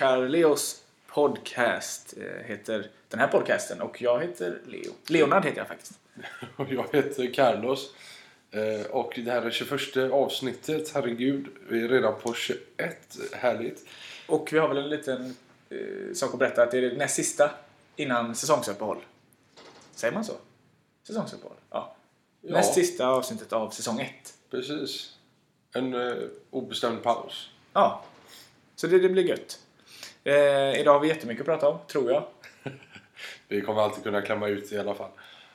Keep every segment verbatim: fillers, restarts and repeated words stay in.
börjar Leos podcast, heter den här podcasten, och jag heter Leo. Leonard heter jag faktiskt. Och jag heter Carlos. Och det här är tjugoförsta avsnittet. Herregud, vi är redan på tjugoett. Härligt. Och vi har väl en liten eh, sak att berätta, att det är det näst sista innan säsongsuppehåll. Säger man så? Säsongsuppehåll, ja. ja. Näst sista avsnittet av säsong ett. Precis. En eh, obestämd paus. Ja, så det, det blir gött. Eh, idag har vi jättemycket att prata om, tror jag. Vi kommer alltid kunna klämma ut i alla fall.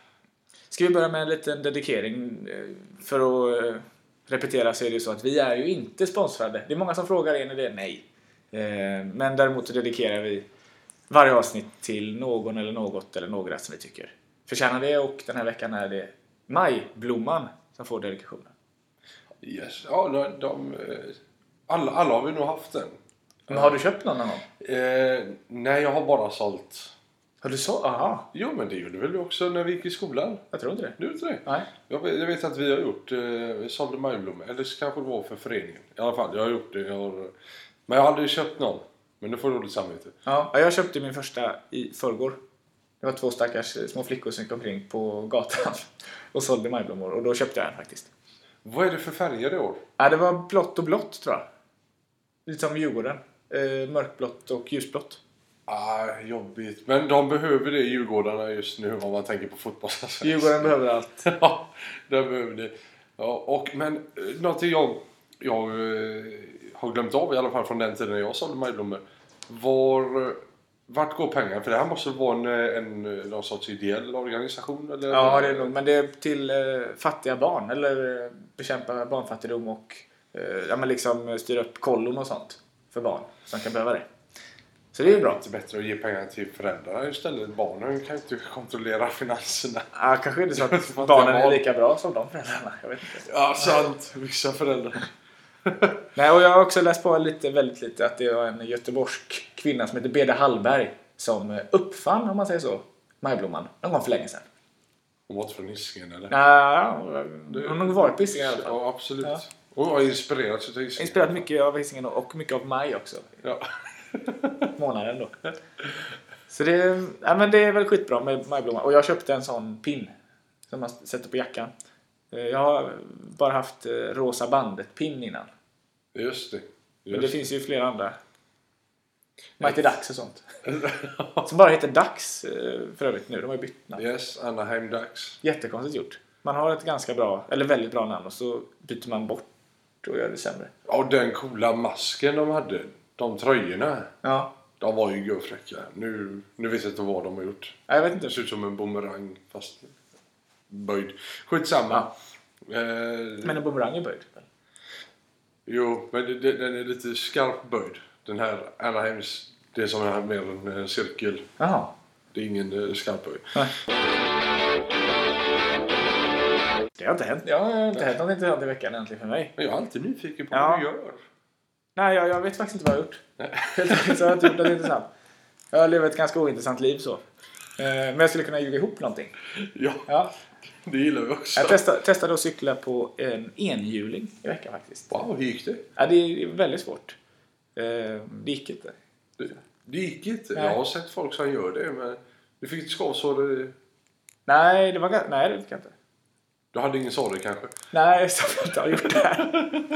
Ska vi börja med en liten dedikering? För att repetera så är det så att vi är ju inte sponsrade. Det är många som frågar, är ni det? Nej. Eh, men däremot så dedikerar vi varje avsnitt till någon eller något eller några som vi tycker förtjänar det. Och den här veckan är det Majblomman som får dedikationen. Yes, ja, de, de, alla, alla har vi nog haft den. Men har du köpt någon annan? Eh, nej, jag har bara sålt. Har du så? Aha. Jo, men det gjorde väl vi också när vi gick i skolan. Jag tror inte det. Du inte det? Nej. Jag vet, jag vet att vi har gjort, eh, vi sålde majblommor. Eller så kanske det var för föreningen. I alla fall, jag har gjort det. Jag har, men jag har aldrig köpt någon. Men nu får du dåligt samvete. Ja, jag köpte min första i förrgår. Det var två stackars små flickor som gick omkring på gatan och sålde majblommor. Och då köpte jag en faktiskt. Vad är det för färger i år? Ja, det var blått och blått, tror jag. Lite som Djurgården. Eh, mörkblått och ljusblått. Ah, jobbigt. Men de behöver det i Djurgårdarna just nu om man tänker på fotboll. Djurgården behöver allt. Ja, de behöver det. Ja, och, men någonting jag, jag eh, har glömt av i alla fall från den tiden jag sålde majblommor. Var, vart går pengar? För det här måste vara en, en, någon sorts ideell organisation? Eller? Ja, det är nog. Men det är till eh, fattiga barn. Eller bekämpa barnfattigdom och eh, ja, men liksom styra upp kollon och sånt för barn som kan behöva det. Så det är bra. Det är bättre att ge pengar till föräldrarna istället. Barnen kan inte kontrollera finanserna. Ja, kanske är det så att barnen är lika bra som de föräldrarna. Jag vet inte. Ja, sant. Vissa föräldrar. Nej, och jag har också läst på lite, väldigt lite att det var en göteborgsk kvinna som heter Beda Hallberg som uppfann, om man säger så, majblomman. Någon gång för länge sedan. Hon var inte från Hisingen, eller? Nej, hon har varit på Hisingen i alla fall. Ja, absolut. Ja. Hon har inspirerat sig till Hisingen. Inspirerat mycket av Hisingen och mycket av maj också. Ja. Månaden då. Så det, ja, men det är väl skitbra med majblomman. Och jag köpte en sån pin som man sätter på jackan. Jag har bara haft rosa bandet pin innan. Just det. Just men det finns ju flera andra. Mighty Ducks och sånt. Som bara heter Ducks för övrigt nu. De har ju bytt namn. Yes, Anaheim Ducks. Jättekonstigt gjort. Man har ett ganska bra, eller väldigt bra namn och så byter man bort och gör det sämre. Ja, och den coola masken de hade. De tröjorna. Ja. De var ju görfräcka. Nu, nu vet jag inte vad de har gjort. Jag vet inte. Det ser ut som en bumerang fast böjd. Skitsamma. Ja. Eh, men en bumerang är böjd? Jo, men det, det, den är lite skarp böjd. Den här Anaheims, det är som är mer en cirkel. Jaha. Det är ingen uh, skarp böjd. Nej. Det har inte hänt. Jag har inte hänt något intressant i veckan egentligen för mig. Men jag är alltid nyfiken på ja. vad du gör. Nej, jag, jag vet faktiskt inte vad jag har gjort. Helt enkelt så har jag inte gjort något intressant. Jag lever ett ganska ointressant liv så. Men jag skulle kunna ljuga ihop någonting. Ja, ja. Det gillar vi också. Jag testade, testade att cykla på en enhjuling i veckan faktiskt. Wow, hur gick det? Ja, det är väldigt svårt. Det gick inte. Det, det gick inte? Nej. Jag har sett folk som gör det, men du fick inte skavsår. Nej, det var nej, det fick jag inte. Du hade ingen sorg kanske? Nej, så jag inte har gjort det här.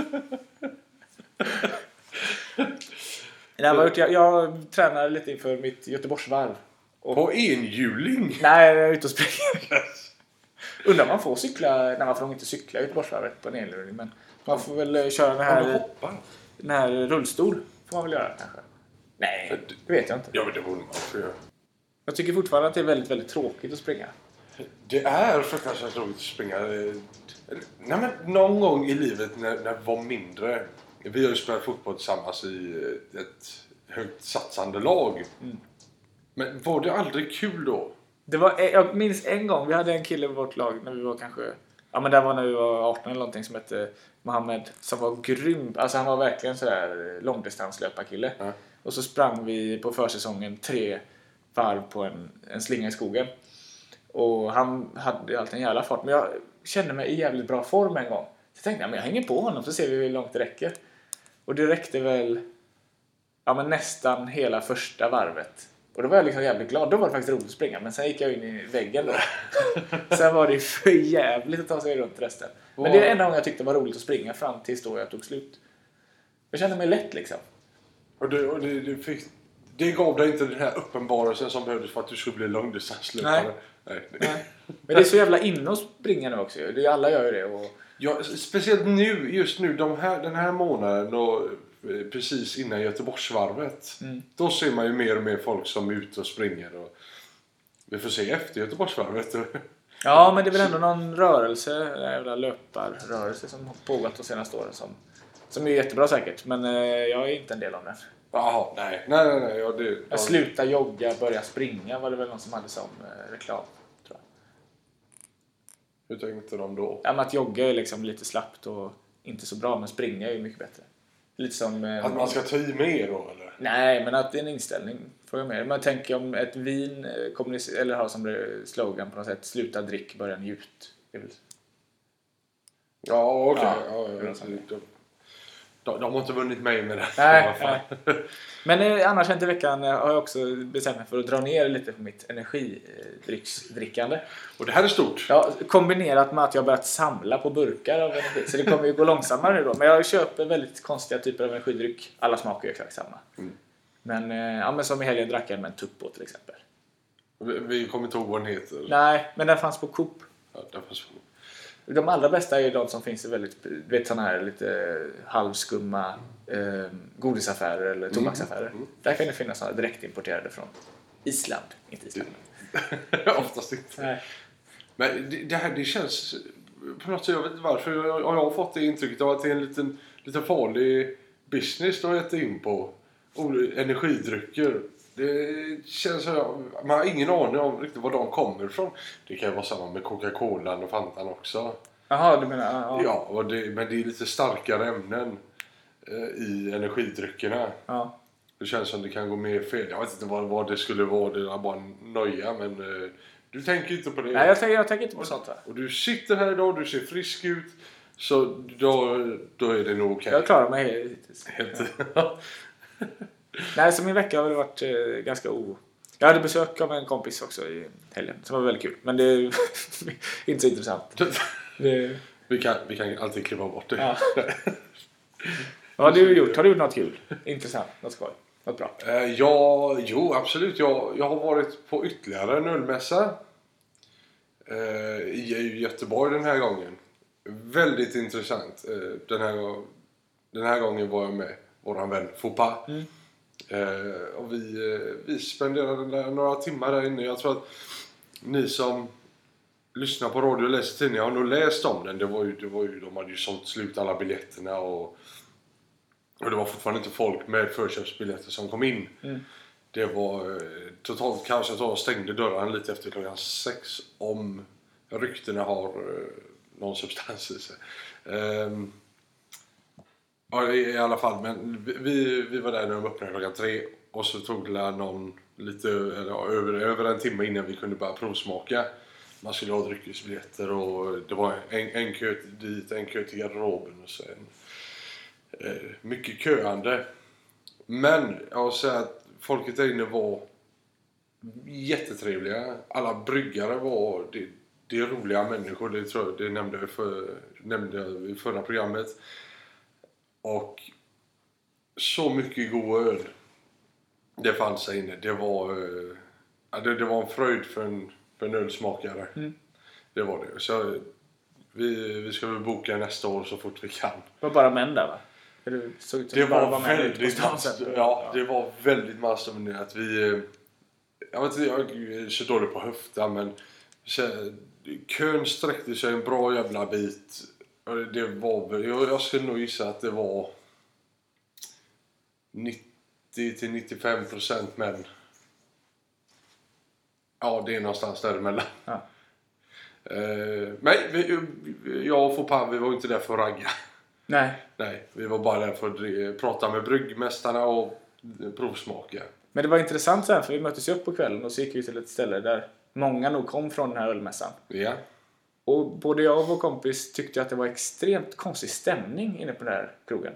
Nej, vad jag, jag tränar lite inför mitt Göteborgsvarv. Och på enhjuling? Nej, jag är ute och springer. Undrar man får cykla, när man får inte cykla Göteborgsvarvet på en enhjuling, men man får väl köra den här, den här rullstol får man väl göra kanske. Nej, det vet jag inte. Ja, men det borde man få göra. Jag tycker fortfarande att det är väldigt, väldigt tråkigt att springa. Det är fruktansvärt tråkigt att springa. Nej, men någon gång i livet när, när jag var mindre. Vi har ju spelat fotboll tillsammans i ett högt satsande lag. Mm. Men var det aldrig kul då? Det var, jag minns en gång, vi hade en kille i vårt lag när vi var kanske, ja men det var när vi var arton eller någonting, som hette Mohammed, som var grym. Alltså han var verkligen sådär långdistanslöparkille. Mm. Och så sprang vi på försäsongen tre varv på en, en slinga i skogen. Och han hade alltid en jävla fart. Men jag kände mig i jävligt bra form en gång. Så jag tänkte, ja, men jag hänger på honom så ser vi hur långt det räcker. Och det räckte väl ja, men nästan hela första varvet. Och då var jag liksom jävligt glad. Då var det faktiskt roligt att springa. Men sen gick jag in i väggen då. Sen var det för jävligt att ta sig runt resten. Men det är det enda gången jag tyckte det var roligt att springa fram tills då jag tog slut. Jag kände mig lätt liksom. Och det, och det, det, fick, det gav dig inte den här uppenbarelsen som behövdes för att du skulle bli långdistanslöpare. Nej. Nej. Nej. Men det är så jävla inne att springa nu också. Det, alla gör ju det. Och... Ja, speciellt nu, just nu, de här, den här månaden och precis innan Göteborgsvarvet. Mm. Då ser man ju mer och mer folk som är ute och springer. Och vi får se efter Göteborgsvarvet. Ja, men det är väl ändå någon rörelse, en jävla löparrörelse som har pågått de senaste åren som, som är jättebra säkert. Men eh, jag är inte en del av den. Jaha, nej, nej, nej. nej ja, det, jag ja. Sluta jogga, börja springa var det väl någon som hade som eh, reklam, tror jag. Hur tänkte de då? Ja, men att jogga är liksom lite slappt och inte så bra, men springa är ju mycket bättre. Lite som... Eh, att man ska ta i mer då, eller? Nej, men att det är en inställning. Får jag med. Man tänker om ett vin kommunicerar, eller har som slogan på något sätt, sluta drick, börja njut. Ja, okej. Okay. Ja, ja, ja, de, de, de har inte vunnit mig med det. Nej, nej. Men eh, annars inte i veckan har jag också bestämt mig för att dra ner lite på mitt energidrickande. Och det här är stort. Ja, kombinerat med att jag har börjat samla på burkar av energi. Så det kommer ju gå långsammare nu då. Men jag köper väldigt konstiga typer av energidryck. Alla smakar ju exakt samma. Mm. Men, eh, ja, men som i helgen drack jag med en Tuppo till exempel. Vi, vi kommer inte ihåg vad den heter. Nej, men den fanns på Coop. Ja, den fanns på Coop. De allra bästa är ju de som finns i väldigt, vet, såna här lite halvskumma eh, godisaffärer eller tobaksaffärer. Mm. Mm. Där kan det finnas såna direktimporterade från Island, inte Island. Oftast inte. Nej. Men det, det här, det känns på något sätt, jag vet inte varför, jag, jag har fått det intrycket av att det är en liten, liten farlig business att äta in på energidrycker. Det känns som man har ingen aning om riktigt var de kommer ifrån. Det kan ju vara samma med Coca-Cola och Fantan också. Jaha, du menar... Ja, ja och det, men det är lite starkare ämnen eh, i energidryckerna. Ja. Det känns som det kan gå mer fel. Jag vet inte vad, vad det skulle vara, det är bara nöja, men eh, du tänker inte på det. Nej, jag tänker, jag tänker inte på sånt här. Och du sitter här idag, du ser frisk ut, så då, då är det nog okej. Okay. Jag klarar mig hittills. Helt. Nej, så min vecka har varit eh, ganska o... Jag hade besök av en kompis också i helgen, som var väldigt kul. Men det är inte så intressant. Det... Vi, kan, vi kan alltid klippa bort det. Ja. Vad har du gjort? Har du gjort något kul? Intressant? Något skoj? Något bra? Eh, ja, jo, absolut. Jag, jag har varit på ytterligare en ölmässa eh, i Göteborg den här gången. Väldigt intressant. Eh, den, här, den här gången var jag med våran vän Foppa. Mm. Eh, och vi, eh, vi spenderade några timmar där inne. Jag tror att ni som lyssnar på radio och läser tidningar har nog läst om den. Det var ju, det var ju, de hade ju sålt slut alla biljetterna och, och det var fortfarande inte folk med förköpsbiljetter som kom in. Mm. Det var eh, totalt kaos. Jag tror att stängde dörren lite efter klockan sex om ryktena har eh, någon substans i sig. Eh, Ja, i alla fall, men vi, vi var där när de öppnade klockan tre och så tog det någon lite eller, över, över en timme innan vi kunde börja provsmaka. Man skulle ha dryckesbiljetter och det var en, en kö dit, en kö till garderoben och sen eh, mycket köande. Men jag vill säga att folket där inne var jättetrevliga. Alla bryggare var det, det är roliga människor, det tror jag det nämnde jag för, nämnde jag i förra programmet. Och så mycket god öl det fanns där inne. Det var, äh, det, det var en fröjd för en, för en ölsmakare. Mm. Det var det. Så vi, vi ska väl boka nästa år så fort vi kan. Det var bara män där, va? Det, såg ut det var, var väldigt mast, ja, ja, det var väldigt massdominerat. Vi, jag vet inte, jag är så dålig på höfta, men så, kön sträckte sig en bra jävla bit. Det var väl, jag skulle nog gissa att det var nittio till nittiofem procent män. Ja, det är någonstans däremellan. Ja. Uh, men vi, jag och Foppa, vi var inte där för att ragga. Nej. Nej, vi var bara där för att prata med bryggmästarna och provsmaka. Men det var intressant sen, för vi möttes upp på kvällen och så gick vi till ett ställe där många nog kom från den här ölmässan. Ja. Och både jag och vår kompis tyckte att det var extremt konstig stämning inne på den här krogen.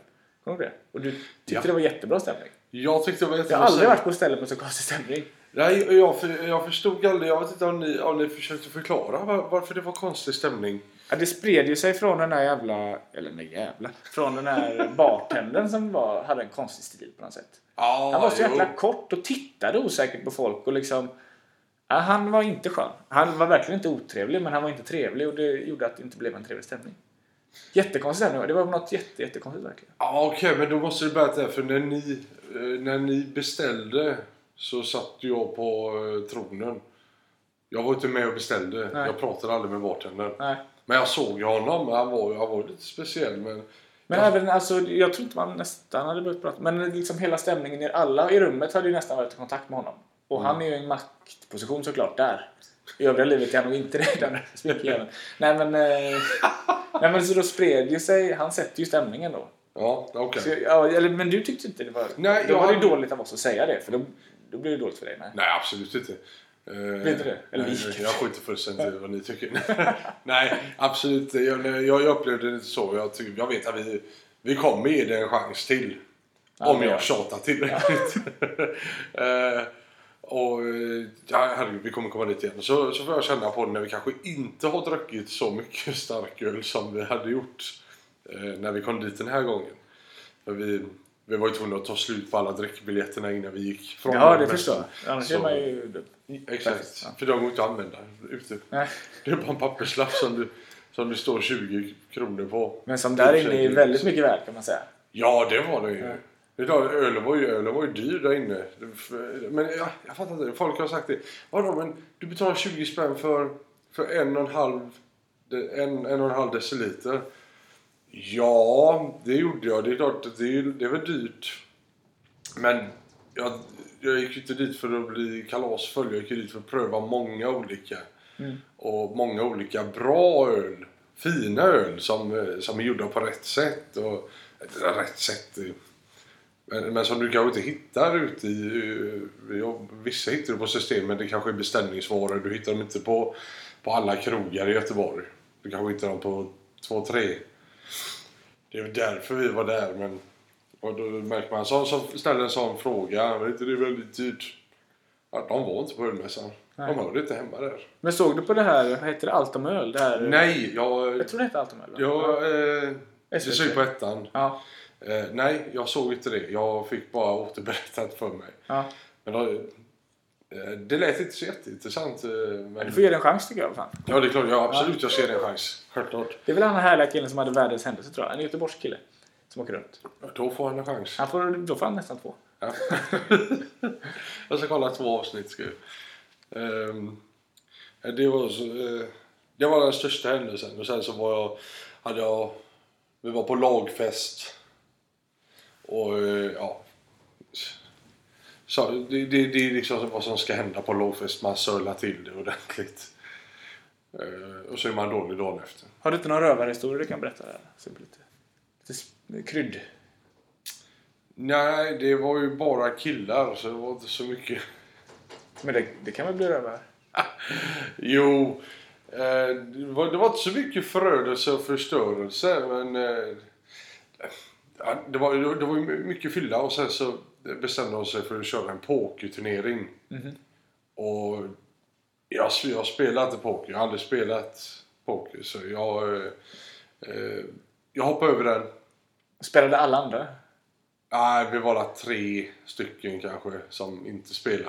Kommer du det? Och du tyckte Ja. det var jättebra stämning. Jag tyckte det var jättebra. Jag har aldrig varit på ställen med så konstig stämning. Nej, jag, för, jag förstod aldrig. Jag vet inte om ni, om ni försökte förklara var, varför det var konstig stämning. Ja, det spred ju sig från den här jävla... Eller nej jävla. Från den här bartendern som var, hade en konstig stil på något sätt. Ah, Han var så jävla jo. kort och tittade osäkert på folk och liksom... Ja, han var inte skön. Han var verkligen inte otrevlig, men han var inte trevlig och det gjorde att det inte blev en trevlig stämning. Jättekonstig stämning. Det var något jätte, jättekonstigt verkligen. Ja, ah, okej, okay, men då måste du berätta det. För när ni, eh, när ni beställde så satt jag på eh, tronen. Jag var inte med och beställde. Nej. Jag pratade aldrig med bartendern. Nej. Men jag såg ju honom. Han var, han var lite speciell, men... Men jag... även, alltså, jag tror inte man nästan hade börjat prata. Men liksom hela stämningen, i alla i rummet hade ju nästan varit i kontakt med honom. Och mm. han är ju i en maktposition såklart där. I övriga livet är han nog inte redan. Nej men, eh, nej men så då spred ju sig, han sätter ju stämningen då. Ja, okej. Okay. Ja, eller, men du tyckte inte det var... Nej, då jag... var det ju dåligt av oss att säga det. För då, då blir det dåligt för dig. Nej, nej absolut inte. Blir inte det? Eller nej, jag skiter fullständigt i vad ni tycker. Nej, absolut. Jag, jag, jag upplevde det inte så. Jag, tycker, jag vet att vi, vi kommer ge det en chans till. Ja, om jag tjatar tillräckligt. Ja. uh, och ja, herregud, vi kommer komma dit igen. Så, så får jag känna på det när vi kanske inte har druckit så mycket starköl som vi hade gjort uh, när vi kom dit den här gången. För vi... Vi var ju tvungna att ta slut på alla dryckbiljetterna innan vi gick från. Ja, det förstår jag. Annars är man ju... Exakt. Ja. För de går inte att använda ute. Nej. Det är bara en papperslapp som du, som det står tjugo kronor på. Men som där inne är väldigt mycket värt kan man säga. Ja, det var det ju. Ja. Det där, ölen var ju, ölen var ju dyr där inne. Men ja, jag fattar inte. Folk har sagt det. Vadå, men du betalar tjugo spänn för, för en och en halv, en, en och en halv deciliter. Ja, det gjorde jag. Det är klart, det är, det är väl dyrt. Men jag, jag gick inte dit för att bli kalasfull. Jag gick dit för att pröva många olika. Mm. Och många olika bra öl. Fina öl som, som är gjorda på rätt sätt. Och, rätt sätt. Men, men som du kanske inte hittar ute i... Vissa hittar du på systemen. Men det kanske är beställningsvaror. Du hittar dem inte på, på alla krogar i Göteborg. Du kanske hittar dem på två, tre. Det är därför vi var där, men och då märker man så som ställer en sån fråga, men inte det är väldigt dyrt. Ja, de var inte på ölmässan. De hörde inte hemma där. Men såg du på det här, vad heter det, Allt om öl? Det här, nej, jag... Jag tror det heter Allt om öl. Jag, eh, jag såg på ettan. Ja. Eh, nej, jag såg inte det. Jag fick bara återberättat för mig. Ja. Men då, eh, det lät inte så jätteintressant. Eh, men... Du får ge det en chans tycker jag. Fan. Ja, det är klart. Ja, absolut, jag ser det en chans. Självklart. Det är väl den här härliga killen som hade världens händelse, tror jag. En Göteborgs kille som åker runt. Ja, då får han en chans. Han får, då får han nästan två. Ja. Jag ska kolla två avsnitt. Ska um, det, var så, uh, det var den största händelsen. Och sen så var jag, hade jag... Vi var på lagfest. Och uh, ja... Så det, det, det är liksom vad som ska hända på lagfest. Man sölar till det ordentligt. Uh, och så är man dålig dagen efter. Har du inte någon rövarhistoria du kan berätta där? Så lite, lite krydd. Nej, det var ju bara killar så det var inte så mycket. Men det, det kan väl bli rövar? Jo, eh, det, var, det var inte så mycket förödelse och förstörelse. Men eh, det, var, det var ju mycket fylla och sen så bestämde de sig för att köra en pokerturnering. Mm-hmm. Och jag, jag spelar inte poker, jag har aldrig spelat poker så jag, eh, jag hoppade över den. Spelade alla andra? Nej, vi var där tre stycken kanske som inte spelar.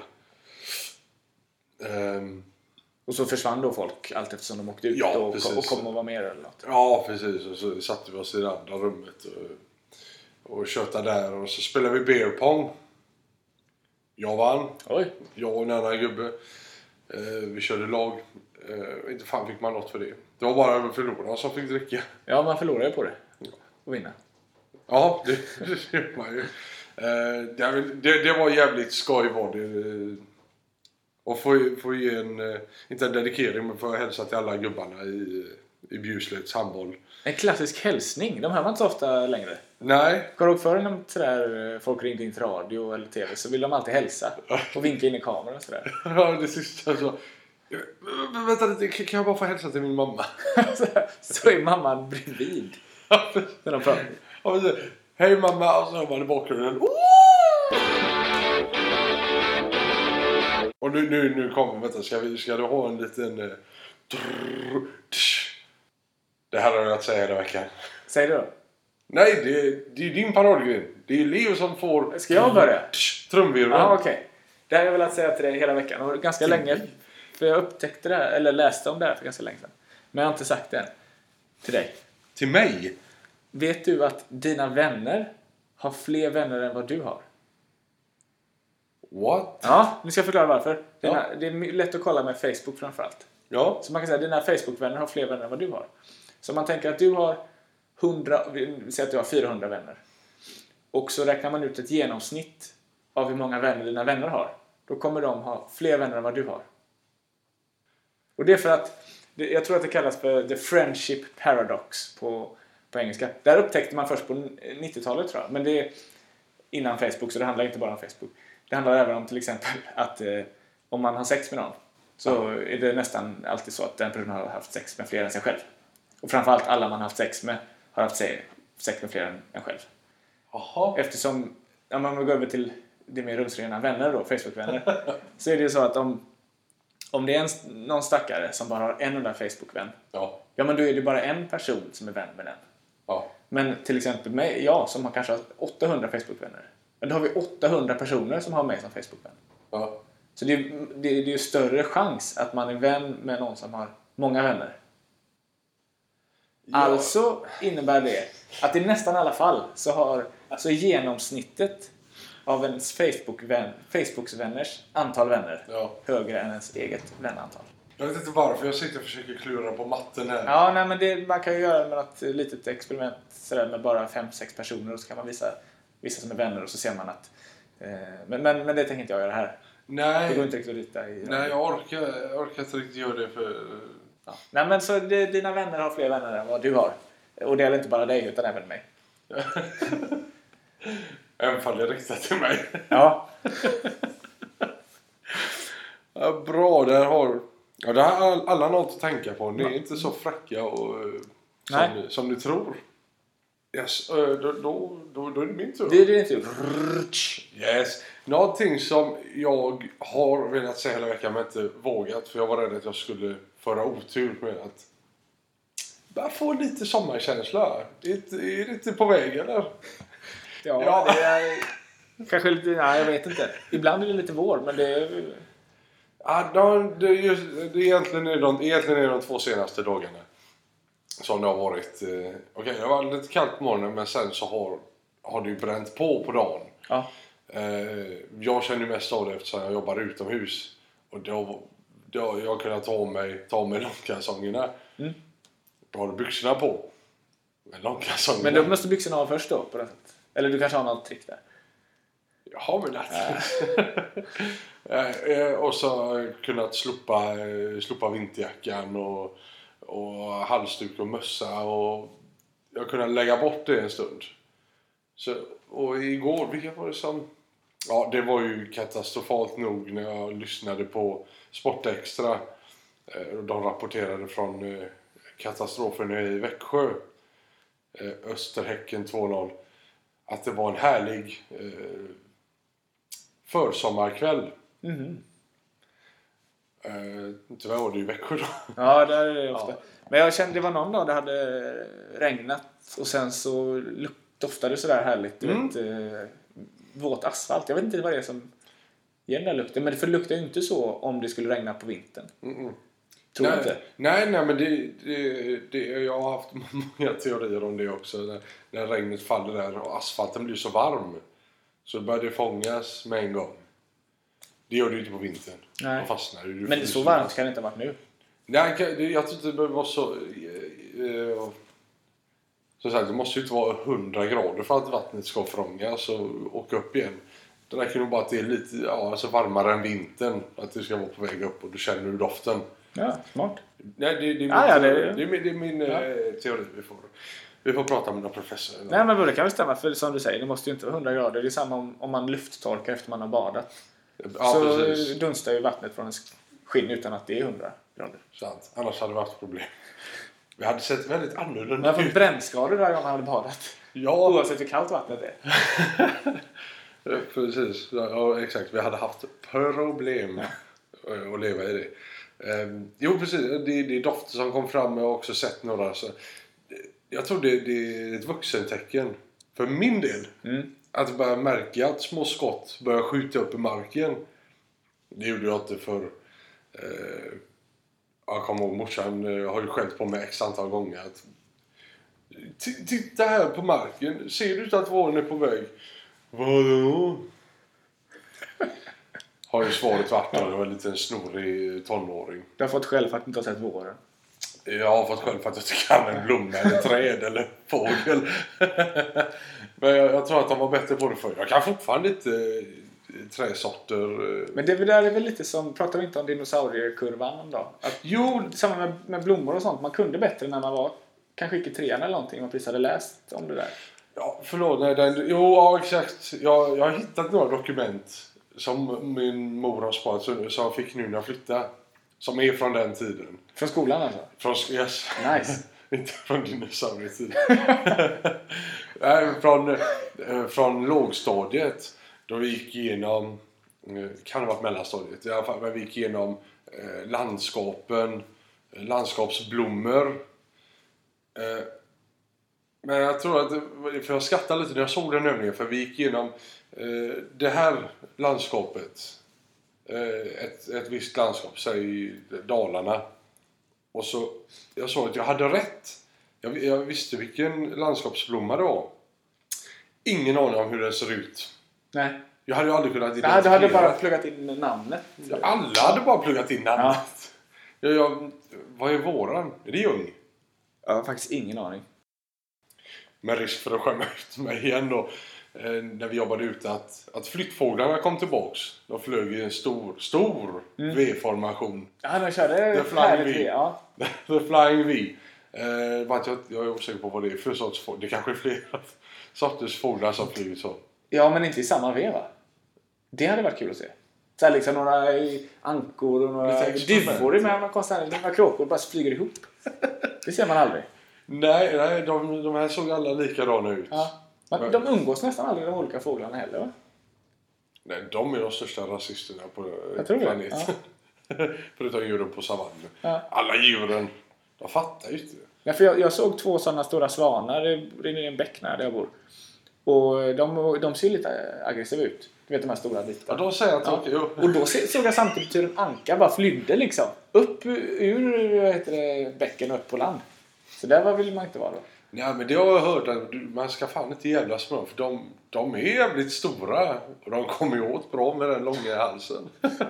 Um, och så försvann då folk allt eftersom de åkte ut ja, och, och kom och var med eller något? Ja, precis. Och så satte vi oss i det andra rummet och, och tjötade där. Och så spelade vi beer pong. Jag vann. Oj. Jag och en annan gubbe. Uh, vi körde lag. Uh, inte fan fick man något för det. Det var bara förlorarna som fick dricka. Ja, man förlorade på det. Och vinna. Ja, det, det ser man ju. Uh, det, det, det var jävligt skoj var det. Och få, få ge en, inte en dedikering, men få hälsa till alla gubbarna i, i Bjurslets handboll. En klassisk hälsning, de hör man inte så ofta längre. Nej. Går du ihåg förr när sådär, folk ringde in till radio eller tv så vill de alltid hälsa och vinka in i kameran och sådär. Ja, det sista så. Vänta lite, kan jag bara få hälsa till min mamma? Så är mamman bredvid. När de pratar. Ja, men Hej mamma, och så hör man i bakgrunden. Oh! Och nu, nu, nu kommer, vänta, ska, vi, ska du ha en liten... Eh, drrr, det här har jag att säga hela veckan. Säg det då. Nej, det, det är din paradgrej. Det är Leo som får... Ska jag börja? Trumvirveln. Ja, okej. Okay. Det har jag velat säga till dig hela veckan. Och ganska länge. För jag upptäckte det här, eller läste om det här för ganska länge sedan. Men jag har inte sagt det än. Till dig. Till mig? Vet du att dina vänner har fler vänner än vad du har? What? Ja, nu ska jag förklara varför. Dina, Ja. Det är lätt att kolla med Facebook framförallt. Ja. Så man kan säga att dina Facebook-vänner har fler vänner än vad du har. Så man tänker att du har hundra, vi säger att du har fyrahundra vänner. Och så räknar man ut ett genomsnitt av hur många vänner dina vänner har. Då kommer de ha fler vänner än vad du har. Och det är för att, jag tror att det kallas för the friendship paradox på, på engelska. Där upptäckte man först på nittiotalet tror jag. Men det är innan Facebook, så det handlar inte bara om Facebook. Det handlar även om till exempel att eh, om man har sex med någon så ja. är det nästan alltid så att den personen har haft sex med fler än sig själv. Och framförallt alla man har haft sex med har haft sex med fler än en själv. Aha. Eftersom, om man går över till det mer rumsrena vänner då, Facebook-vänner, så är det ju så att om, om det är en, någon stackare som bara har en enda Facebook-vän, ja. ja men då är det bara en person som är vän med den. Ja. Men till exempel mig, jag som har kanske har åttahundra Facebook-vänner, men då har vi åttahundra personer som har mig som Facebook-vän. Ja. Så det är, det, det är ju större chans att man är vän med någon som har många vänner. Ja. Alltså innebär det att i nästan alla fall så har alltså genomsnittet av ens Facebook-vän, Facebooks vänners antal vänner ja. högre än ens eget vänantal. Jag vet inte varför jag sitter och försöker klura på matten här. Ja, nej, men det, man kan ju göra med ett litet experiment sådär, med bara fem sex personer och så kan man visa vissa som är vänner och så ser man att eh, men, men, men det tänker inte jag göra här. Nej. Det går inte riktigt att rita i. Nej, jag orkar, jag orkar inte riktigt göra det för... Ja. Nej, men så det, dina vänner har fler vänner än vad du har. Och det gäller inte bara dig utan även mig. Även fall det riktar till mig. Ja. Ja, bra, där har... Ja, det har alla något att tänka på. Ni är inte så fräcka och, som, ni, som ni tror. Yes, då, då, då, då är det min tur. Det är din tur. Yes. Någonting som jag har velat säga hela veckan men inte vågat. För jag var rädd att jag skulle föra otur med att bara få lite sommarkänsla. Är det, är det inte på väg eller? Ja, ja. Det är kanske lite, nej jag vet inte. Ibland är det lite vår men det är... Ja, de, det, är just, det är egentligen, är de, egentligen är det de två senaste dagarna som det har varit. Eh, Okej, okay, det var lite kallt på morgonen men sen så har, har det ju bränt på på dagen. Ja. Eh, jag känner mest av det eftersom jag jobbar utomhus. Och då, då jag kunnat ta mig, ta mig långkalsongerna. Mm. Då har du byxorna på. Med långkalsongerna. Men då måste byxorna av först då på det sättet. Eller du kanske har något trick där. Jaha, men det. Och så kunnat slopa, slopa vinterjackan och, och halsduk och mössa. Och jag kunde lägga bort det en stund. Så, och igår, vilka var det som... Ja, det var ju katastrofalt nog när jag lyssnade på Sportextra. De rapporterade från katastrofen i Växjö. Österhäcken två noll. Att det var en härlig eh, försommarkväll. Mm. Eh, tyvärr var det ju Växjö då. Ja, där är det ofta. Ja. Men jag kände det var någon dag det hade regnat och sen så doftade det sådär härligt. Du mm. vet, eh, våt asfalt. Jag vet inte vad det är som ger den där lukten. Men det luktar ju inte så om det skulle regna på vintern. Mm. Tror nej, inte. Nej, nej, men det, det, det, jag har haft många teorier om det också. När, när regnet faller där och asfalten blir så varm. Så börjar det fångas med en gång. Det gör det ju inte på vintern. Nej. Man fastnar. Du men det är så varmt kan det inte ha varit nu. Nej, det, jag tror inte det behöver vara så... Eh, så sagt, det måste ju inte vara hundra grader för att vattnet ska fångas och åka upp igen. Det räcker nog bara att det är lite ja, alltså varmare än vintern. Att det ska vara på väg upp och du känner du doften. Ja, smart. Nej, det, det, är, min ah, ja, det, det, är, det är min ja. eh, teori. Vi får, vi får prata med några professor. Nej, men det kan väl stämma. För som du säger, det måste ju inte vara hundra grader. Det är samma om, om man lufttorkar efter man har badat. Ja, så precis. Dunstar ju vattnet från en skinn utan att det är hundra grader. Sant. Annars hade det varit problem. Vi hade sett väldigt annorlunda ut. Men jag har fått brännskador där jag hade badat. Ja. Oavsett hur kallt vattnet är. Precis, ja, exakt. Vi hade haft problem att leva i det. Um, jo, precis. Det, det är dofter som kom fram. Jag har också sett några. Så jag tror det, det är ett vuxentecken. För min del. Mm. Att börja märka att små skott börjar skjuta upp i marken. Det gjorde jag inte för... Uh, jag kommer ihåg, morsan uh, har ju skällt på mig x antal gånger. Att, titta här på marken. Ser du inte att våren är på väg? Vadå? Har ju svaret varit när jag var en liten snorig tonåring. Du har fått själv för att du inte har sett våren. Jag har fått själv för att jag inte kan en blomma eller träd eller fågel. Men jag, jag tror att de var bättre på det förr. Jag kan fortfarande inte äh, träsorter. Äh. Men det där är väl lite som, pratar vi inte om dinosauriekurvan då? Att, jo, samma med, med blommor och sånt. Man kunde bättre när man var kanske inte trean eller någonting. Man precis hade läst om det där. Ja, förlåt. Nej, den, jo, ja, exakt. Jag, jag har hittat några dokument som min mor har sparat så jag fick nu när jag flyttade. Som är från den tiden. Från skolan alltså? Från, yes. Nice. Inte från dinosaurietiden. Nej, från, från lågstadiet. Då vi gick igenom, kan det ha varit mellanstadiet i alla fall, men vi gick igenom eh, landskapen, landskapsblommor. Eh, men jag tror att, för jag skrattade lite när jag såg den övningen, för vi gick igenom eh, det här landskapet. Eh, ett, ett visst landskap, säg Dalarna. Och så, jag såg att jag hade rätt. Jag, jag visste vilken landskapsblomma det var. Ingen aning om hur den ser ut. Nej. Jag hade ju aldrig kunnat identifiera. Nej, du hade bara pluggat in namnet. Alla hade bara pluggat in namnet. Ja. Jag, jag, vad är våran? Är det Ljung? Jag har faktiskt ingen aning. Med risk för att skämma ut mig igen då. Eh, när vi jobbade ute att, att flyttfåglarna kom tillbaks. De flög i en stor, stor mm. V-formation. Ja, de körde The Flying V. Ja. The Flying V. Eh, jag, jag är osäker på vad det är för sorts fåglar. Det kanske är flera sorters fåglar som flyger så. Ja, men inte i samma V, va? Det hade varit kul att se. Så här liksom några ankor och några duvor med några konstnärer. Några kråkor bara flyger ihop. Det ser man aldrig. Nej, nej de, de här såg alla likadana ut. Ja. Men de umgås nästan aldrig, de olika fåglarna heller, va? Nej, de är de största rasisterna på planeten. Ja. Förutom djuren på savannen. Ja. Alla djuren, de fattar ju inte. Ja, för jag, jag såg två sådana stora svanar i en bäck där jag bor. Och de, de ser lite aggressiva ut. Du vet de här stora bitarna. Ja, de säger att ja. Och, och då såg jag samtidigt hur en anka bara flydde liksom. Upp ur vad heter det, bäcken och upp på land. Så där vill man inte vara då. Ja, men det har jag hört att man ska fan inte jävlas med dem. För de, de är jävligt stora. Och de kommer ju åt bra med den långa halsen.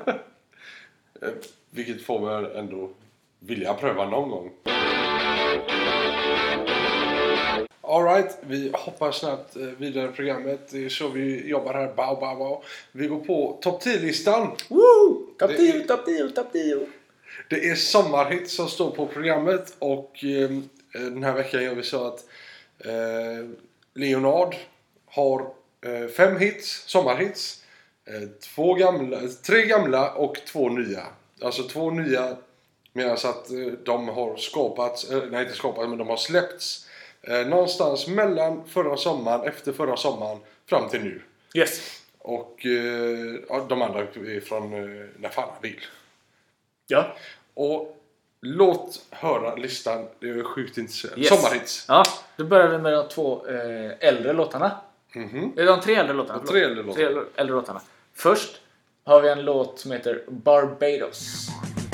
Vilket får man ändå vilja pröva någon gång. Alright, vi hoppar snabbt vidare i programmet. Det är så vi jobbar här. Bow, bow, bow. Vi går på topp tio-listan. Woo! Topp tio, topp tio, topp tio. Det är sommarhit som står på programmet. Och eh, den här veckan gör vi så att eh, Leonard har eh, fem hits, sommarhits. Eh, två gamla, tre gamla och två nya. Alltså två nya medan att eh, de har skapats, eh, nej inte skapats men de har släppts. Eh, någonstans mellan förra sommaren, efter förra sommaren, fram till nu. Yes. Och eh, de andra är från eh, När fan han vill. Ja. Och låt höra listan, det är sjukt intresserande. Yes. Sommarhits. Ja, då börjar vi med de två eh, äldre låtarna. Mm-hmm. Är det de tre äldre låtarna? De tre äldre låtarna. Tre äldre låtarna. Först har vi en låt som heter Barbados.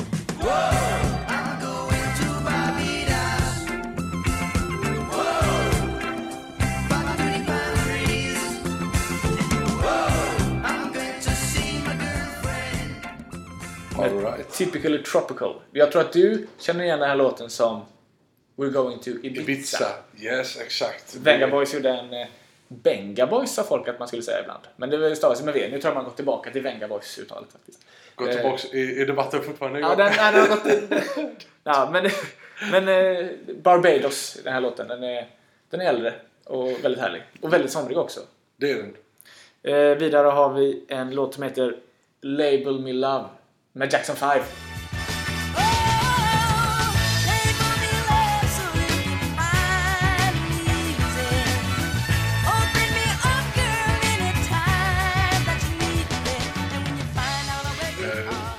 Right. Typically tropical. Jag tror att du känner igen den här låten som We're going to Ibiza. Ibiza. Yes, exakt. Venga Boys gjorde en eh, Benga Boys sa folk att man skulle säga ibland. Men det stavas med V. Nu tror jag man gått tillbaka till Venga Boys uttalet faktiskt. Gått tillbaka eh, i, i debatten fortfarande igång? Ja, den, nej, den har gått till, ja, men men eh, Barbados, den här låten, den är, den är äldre och väldigt härlig. Och väldigt somrig också. Det är den. Eh, vidare har vi en låt som heter Label Me Love med Jackson five.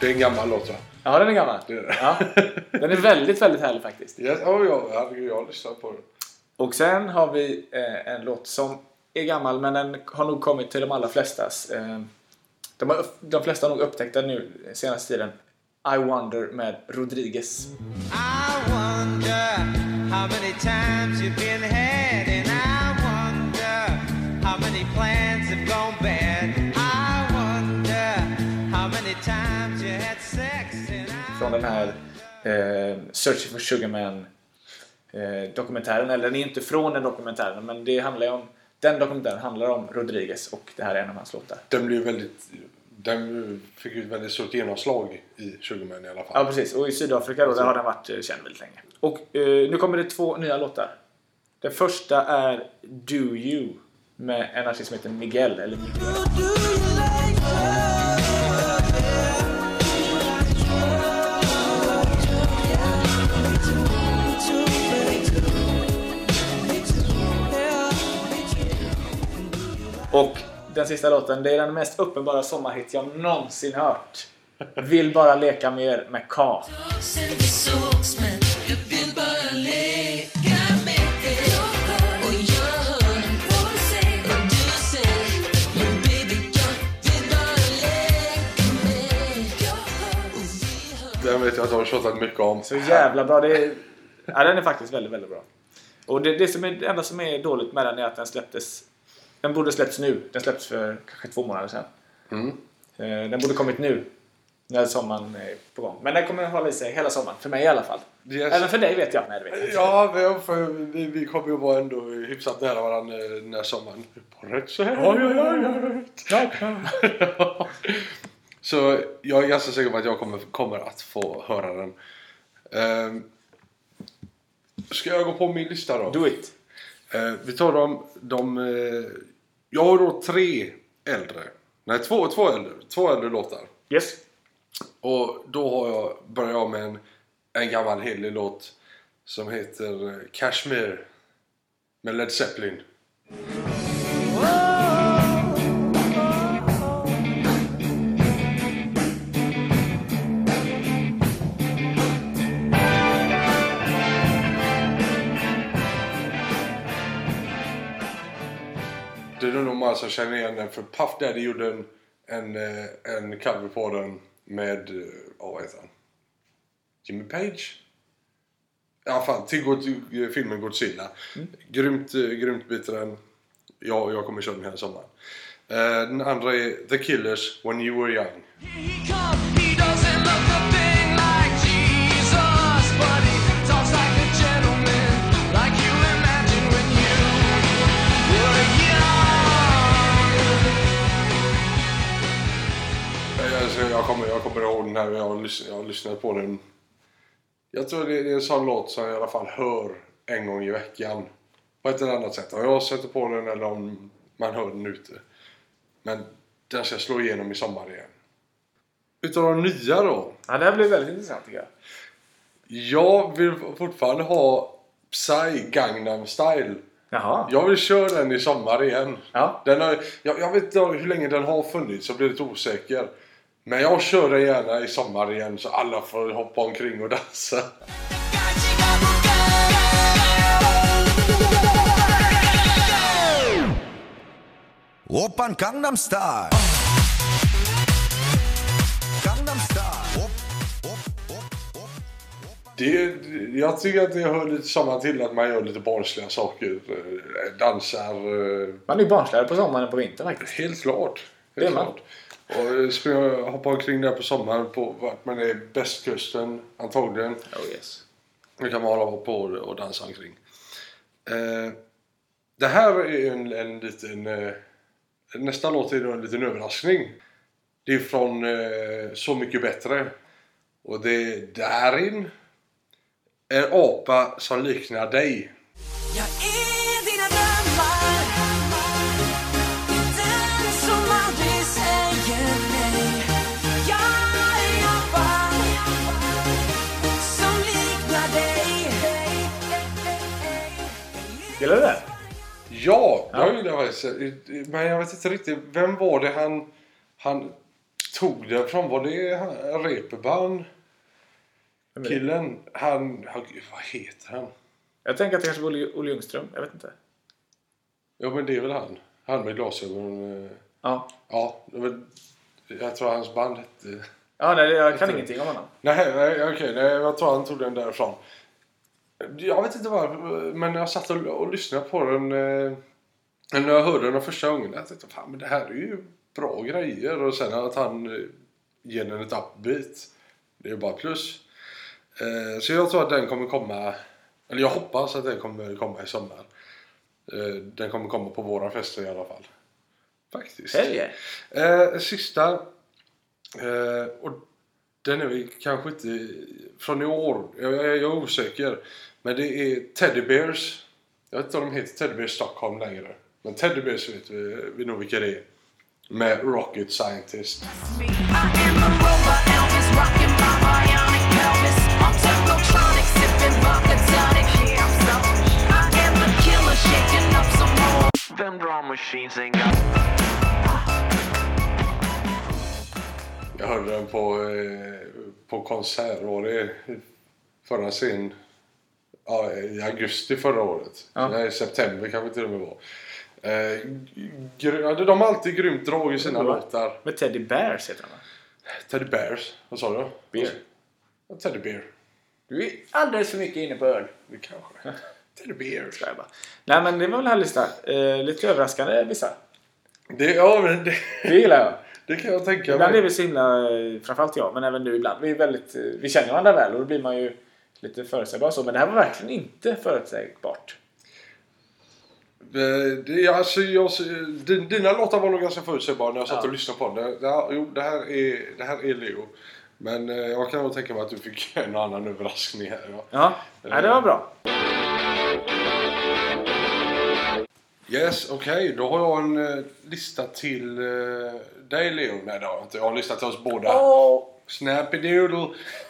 Det är en gammal låt, va? Ja, den är gammal. Det är det. Ja. Den är väldigt, väldigt härlig faktiskt. Yes. Oh, ja, herregud, jag har lyssnat på den. Och sen har vi eh, en låt som är gammal, men den har nog kommit till de allra flestas. Eh, de, har, de flesta har nog upptäckt den nu senaste tiden. I Wonder med Rodriguez. I wonder how many times you've been had, and I wonder how many plans have gone bad. I wonder how many times you had sex, and I... Från den här eh, Searching for Sugar Man eh, dokumentären, eller den är inte från den dokumentären, men det handlar ju om, den dokumentären handlar om Rodriguez och det här är en av hans låtar. Den blev väldigt... Den fick ju ett väldigt stort genomslag i Sugar Man i alla fall. Ja, precis. Och i Sydafrika då, där har den varit eh, känd väldigt länge. Och eh, nu kommer det två nya låtar. Den första är Do You med en artist som heter Miguel, eller Miguel. Och den sista låten, det är den mest uppenbara sommarhit jag någonsin hört. Vill bara leka mer med K. Den vet jag att jag har tjatat mycket om. Så jävla bra. Det är, ja, den är faktiskt väldigt, väldigt bra. Och det, det, som är, det enda som är dåligt med den är att den släpptes... Den borde släppts nu. Den släpptes för kanske två månader sedan. Mm. Den borde kommit nu. När sommaren är på gång. Men den kommer hålla i sig hela sommaren. För mig i alla fall. Yes. Även för dig vet jag. Nej, det vet jag inte. Ja, för vi, vi kommer ju vara ändå hyfsat nära varandra när sommaren på rätt så här. Oj, oj, oj, oj. Så jag är ganska säker på att jag kommer, kommer att få höra den. Um, ska jag gå på min lista då? Do it. Uh, vi tar dem... De, uh, jag har då tre äldre. Nej, två, två äldre. Två äldre låtar. Yes. Och då har jag, börjar jag med en, en gammal helig låt som heter Kashmir med Led Zeppelin. Det är nog många som känner igen den, för Puff Daddy gjorde en, en, en cover på den med, oh, vad heter han? Jimmy Page? Ja, fan, till God, filmen Godzilla. Mm. Grymt, grymt biter den. Ja, jag kommer köra den här sommaren. Uh, den andra är The Killers, When You Were Young. Jag kommer, jag kommer ihåg den här, jag har, lyssnat, jag har lyssnat på den. Jag tror det är en sån låt som jag i alla fall hör en gång i veckan. På ett eller annat sätt. Om jag sätter på den eller om man hör den ute. Men den ska slå igenom i sommar igen. Utav de nya då? Ja, det här blir väldigt intressant tycker jag. Jag vill fortfarande ha Psy Gangnam Style. Jaha. Jag vill köra den i sommar igen. Ja. Den har, jag, jag vet inte hur länge den har funnits, så blir lite osäker. Men jag kör den gärna i sommar igen så alla får hoppa omkring och dansa. Oppan Gangnam Style. Gangnam Style. Op, op, op, op. Det, jag tycker att det hör lite samman till att man gör lite barnsliga saker. Dansar. Man är ju barnsligare på sommaren än på vintern faktiskt. Helt klart. Helt det är man. klart. Och springa, hoppa omkring där på sommaren på vart man är, Västkusten antagligen. Oh yes. Nu kan man hålla på och dansa omkring. Eh, det här är en, en liten... Eh, nästa låt är en liten överraskning. Det är från eh, Så mycket bättre. Och det är Darin. En apa som liknar dig. Jag är dina drömmar. Den som aldrig säger nej. Jag är apan som liknar dig. Gillar du det? Ja, Ja. jag gillar faktiskt. Men jag vet inte riktigt. Vem var det han... han tog det från? Var det han- Reeperbahn? Vem är det? Killen, han... han- Vad heter han? Jag tänker att det kanske var Olle Olle Ljungström. Jag vet inte. Ja, men det är väl han. Han med glasögon. eh, Ja. Ja, det var, jag tror hans band hette... Ja, nej, jag kan ingenting om honom. Nej, nej okej. Nej, jag tror han tog den därifrån. Jag vet inte varför, men jag satt och, och lyssnade på den. Eh, när jag hörde den första gången. Jag tänkte, fan, men det här är ju bra grejer. Och sen att han eh, ger den ett upbeat. Det är bara plus. Eh, så jag tror att den kommer komma... Eller jag hoppas att den kommer komma i sommar. Eh, den kommer komma på våra fester i alla fall. Faktiskt. Helge. Eh, sista. Eh, och den är vi kanske inte från i år. Jag, jag, jag är osäker. Men det är Teddy Bears. Jag vet inte om de heter Teddy Bears Stockholm längre. Men Teddy Bears vet vi, vi nog vilka det är. Med Rocket Scientist. I am a robot Elvis, rockin' my bionic pelvis. I'm Turbotronic, sipping vodka tonic. Yeah, I'm selfish. I am the killer, shaking up some more. Them drum machines ain't got. Jag hörde den på, eh, på konsert. Var det förra scen? Ja, i augusti förra året. Ja. Nej, i september kanske till och med var. Eh, gr- de har alltid grymt drag i sina Mm. låtar. Med Teddy Bears heter han, va? Teddy Bears. Vad sa du? Bear. Ja, Teddy Bear. Du är alldeles för mycket inne på öl. Det kanske. Teddy Bear. Ska jag bara. Nej, men det var väl en härlig lista. Eh, lite överraskande vissa. Det, ja, men det, Det gillar jag. det kan jag tänka Ibland är mig. vi så himla, eh, framförallt jag, men även du ibland. Vi är väldigt, eh, vi känner varandra väl och då blir man ju lite förutsägbar så. Men det här var verkligen inte förutsägbart. Det, det, alltså, jag, din- dina låtar var nog ganska förutsägbara när jag satt Ja. och lyssnade på den. Det, det, jo, det här är, det här är Leo. Men eh, jag kan nog tänka mig att du fick en annan överraskning här. Ja. Ja, Nej, det var bra. Yes, okej. Då har jag en eh, lista till eh, dig, Leo. Nej, det har jag inte. Jag har en lista till oss båda. Åh! Snappy doodle.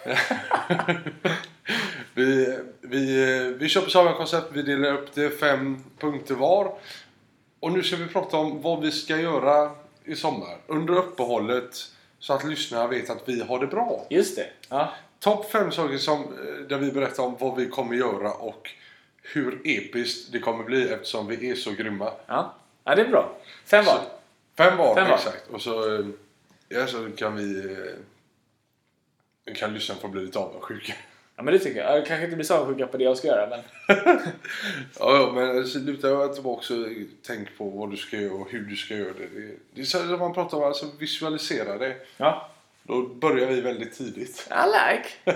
vi, vi, vi kör på samma koncept. Vi delar upp det fem punkter var. Och nu ska vi prata om vad vi ska göra i sommar. Under uppehållet. Så att lyssnarna vet att vi har det bra. Just det. Ja. Topp fem saker som, eh, där vi berättar om vad vi kommer göra. Och hur episkt det kommer bli eftersom vi är så grymma. Ja. Ja, det är bra. Fem var. Fem var, Fem var. exakt. Och så, eh, ja, så kan vi... eh, kan lyssna få bli lite avundsjuka. Ja, men det tycker jag. Jag kanske inte blir så avundsjuk på det jag ska göra, men... Ja, ja, men så lutar jag tillbaka och tänk på vad du ska göra och hur du ska göra det. Det, det är så att man pratar om, alltså visualisera det. Ja. Då börjar vi väldigt tidigt. I like.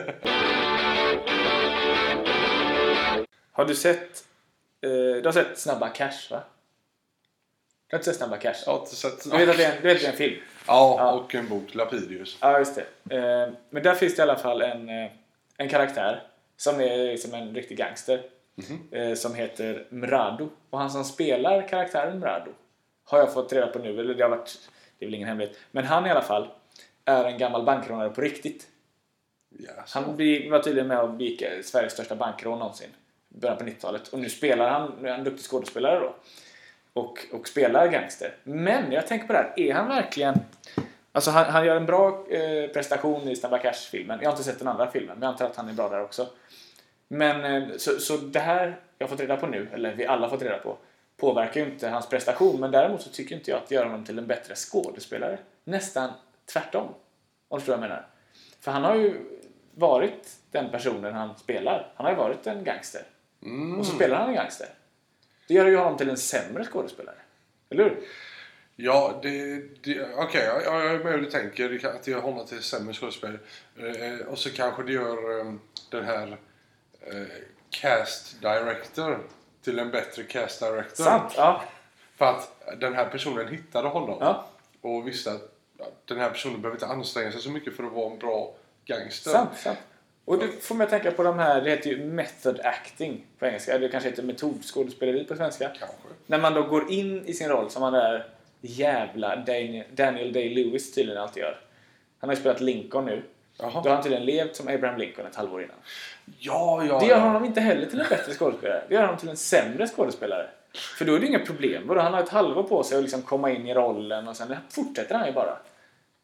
Har du sett... Eh, du har sett Snabba Cash, va? Du har inte sett Snabba Cash? Jag har inte sett... Du vet att det är en, du vet att det är en film? Ja, Ja. och en bok, Lapidius. Ja, just det. Eh, men där finns det i alla fall en, eh, en karaktär som är liksom en riktig gangster. Eh, som heter Mrado. Och han som spelar karaktären Mrado har jag fått reda på nu. Eller det har varit... Det är väl ingen hemlighet. Men han i alla fall är en gammal bankrånare på riktigt. Ja, Han blir- var tydligen med och begick Sveriges största bankrån någonsin. I början på nittiotalet. Och nu spelar han, nu är han en duktig skådespelare då. Och, och spelar gangster. Men jag tänker på det här, är han verkligen... Alltså han, han gör en bra eh, prestation i Snabba Cash-filmen. Jag har inte sett den andra filmen, men jag antar att han är bra där också. Men eh, så, så det här jag har fått reda på nu, eller vi alla har fått reda på, påverkar ju inte hans prestation. Men däremot så tycker inte jag att det gör honom till en bättre skådespelare. Nästan tvärtom. Om du förstår vad jag menar. För han har ju varit den personen han spelar. Han har ju varit en gangster. Och så spelar han en gangster. Det gör ju honom till en sämre skådespelare. Eller hur? Ja, det... det Okej, jag, jag är med hur du tänker. Det kan- Att det gör honom till sämre skådespelare. Eh, och så kanske det gör eh, den här eh, cast director till en bättre cast director. Sant, ja. För att den här personen hittade honom. Ja. Och visste att ja, den här personen behöver inte anstränga sig så mycket för att vara en bra gangster. Sant, sant. Och du får mig att tänka på de här, det heter ju method acting på engelska. Det kanske heter metodskådespeleri på svenska. Kanske. När man då går in i sin roll som han där jävla Daniel, Daniel Day-Lewis tydligen alltid gör. Han har ju spelat Lincoln nu. Jaha. Då har han tydligen levt som Abraham Lincoln ett halvår innan. Ja, ja. Det gör ja. honom inte heller till en bättre skådespelare. Det gör honom till en sämre skådespelare. För då är det inga problem. Vadå, han har ett halvår på sig att liksom komma in i rollen och sen fortsätter han ju bara.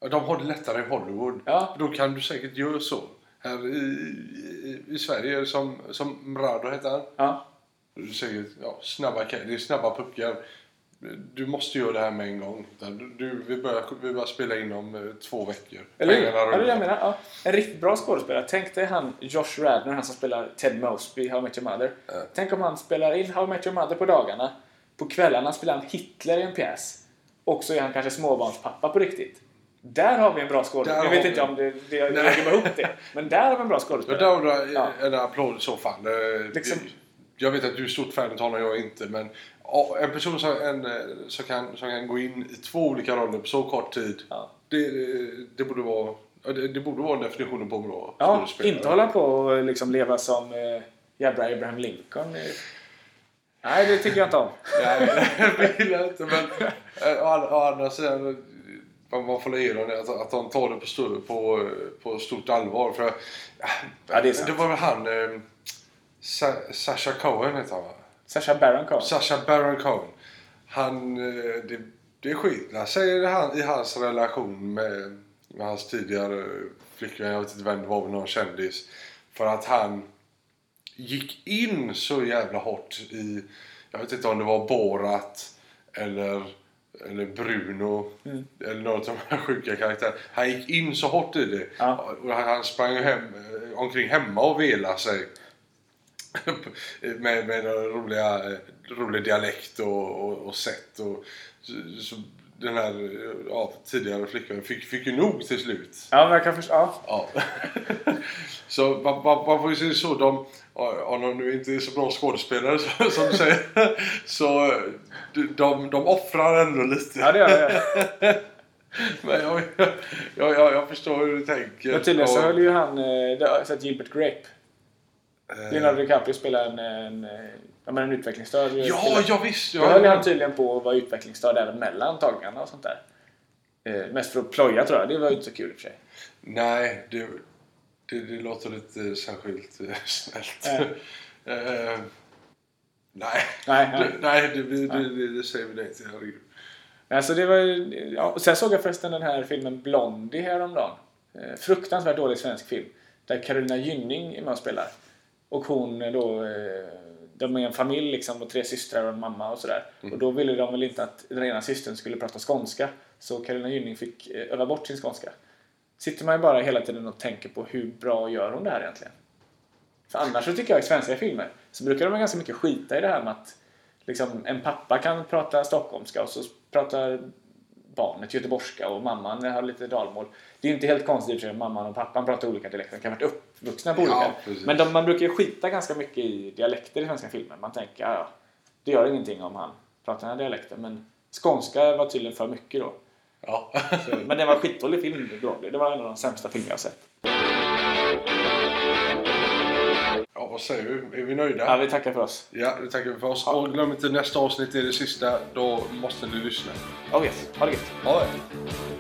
Ja, de har det lättare i Hollywood. Ja. Då kan du säkert göra så. Här i, i, i Sverige som, som Mrado heter han. Ja. Du säger ja, snabba, det är snabba puckar. Du måste göra det här med en gång. Du, vi, börjar, vi börjar spela in om eh, två veckor. Eller hur? Pengarna Ja, det är det rullar. jag menar. Ja. En riktigt bra skådespelare. Tänk dig han Josh Radnor, han som spelar Ted Mosby i How I Met Your Mother. Ja. Tänk om han spelar in How I Met Your Mother på dagarna. På kvällarna spelar han Hitler i en pjäs. Och så är han kanske småbarnspappa på riktigt. Där har vi en bra skådespelare. Där Jag vet har inte vi- om det, det jag lägger ihop det. Men där har vi en bra Och skådespelare. där undrar Ja. jag en applåd i så fall. Eh, Liksom- Jag vet att du är stort fan av honom, jag är inte. Men ja, en person som, en, eh, som, kan, som kan gå in i två olika roller på så kort tid. Ja. Det, det, borde vara, ja, det, det borde vara en definition på en bra Ja, skådespelare. inte hålla på och liksom leva som eh, jävla Abraham Lincoln. Nej, det tycker jag inte om. Nej, det vill jag inte. Men eh, å andra- å andra sidan, man man får ge dem det, att, att de tar det på, stor, på, på stort allvar. För, Ja, det är sant. det var väl han, eh, Sa- Sacha Cohen heter han va? Sacha Baron Cohen. Sacha Baron Cohen. Han, eh, det, det skiljer sig han, i hans relation med, med hans tidigare flickvän. Jag vet inte vem det var, någon kändis. För att han gick in så jävla hårt i, jag vet inte om det var Borat eller, eller Bruno Mm. eller något av de här sjuka karaktärerna. Han gick in så hårt i det. Ja. Och han, han sprang ju hem, eh, omkring hemma och velade sig. med, med en roliga, eh, rolig dialekt och, och, och sätt. Och, så, så den här ja, tidigare flickan fick, fick ju nog till slut. Ja, men jag kan förstå. Ja. Ja. Så man, man, man får ju se så. De, om de nu inte är så bra skådespelare så, som du säger. Så de, de offrar ändå lite. Ja, det gör jag. Men jag, jag, jag, jag förstår hur du tänker. Men tydligen så Och, höll ju han, eh, det har jag sett Gilbert Grape. eh, Leonardo DiCaprio spelar en, en, eh, ja, men en utvecklingsstörd. Ja, spelare. ja visst. Då höll Ja, han tydligen på att vara utvecklingsstörd även mellan tagningarna och sånt där. Eh, mest för att ploja tror jag. Det var ju inte så kul i och för sig. nej, det, det, det låter lite särskilt eh, snällt. Nej. Eh, nej, Nej, nej. det, nej det, det, det, det säger vi nej till. Herregud. Alltså det var ju, ja, sen såg jag förresten den här filmen Blondie häromdagen. Eh, fruktansvärt dålig svensk film. Där Carolina Gynning är med och spelar. Och hon då, eh, de är en familj liksom och tre systrar och en mamma och sådär. Och då ville de väl inte att den ena systern skulle prata skånska. Så Carolina Gynning fick eh, öva bort sin skånska. Sitter man ju bara hela tiden och tänker på hur bra gör hon det här egentligen. För annars så tycker jag i svenska filmer så brukar de ganska mycket skita i det här med att liksom, en pappa kan prata stockholmska och så pratar barnet göteborgska och mamman har lite dalmål. Det är ju inte helt konstigt att mamman och pappan pratar olika dialekter. De kan ha varit uppvuxna på Ja, olika. precis. Men de, man brukar ju skita ganska mycket i dialekter i svenska filmer. Man tänker, ja, ja, det gör ingenting om han pratar den här dialekten. Men skånska var tydligen för mycket då. Ja. Så, men det var en skitdålig film. Det var en av de sämsta filmer jag har sett. Ja, vad säger du? Är vi nöjda? Ja, vi tackar för oss. Ja, det tackar vi för oss. Och glöm inte nästa avsnitt är det sista. Då måste ni lyssna. Oh yes, ha det gött. Ha det!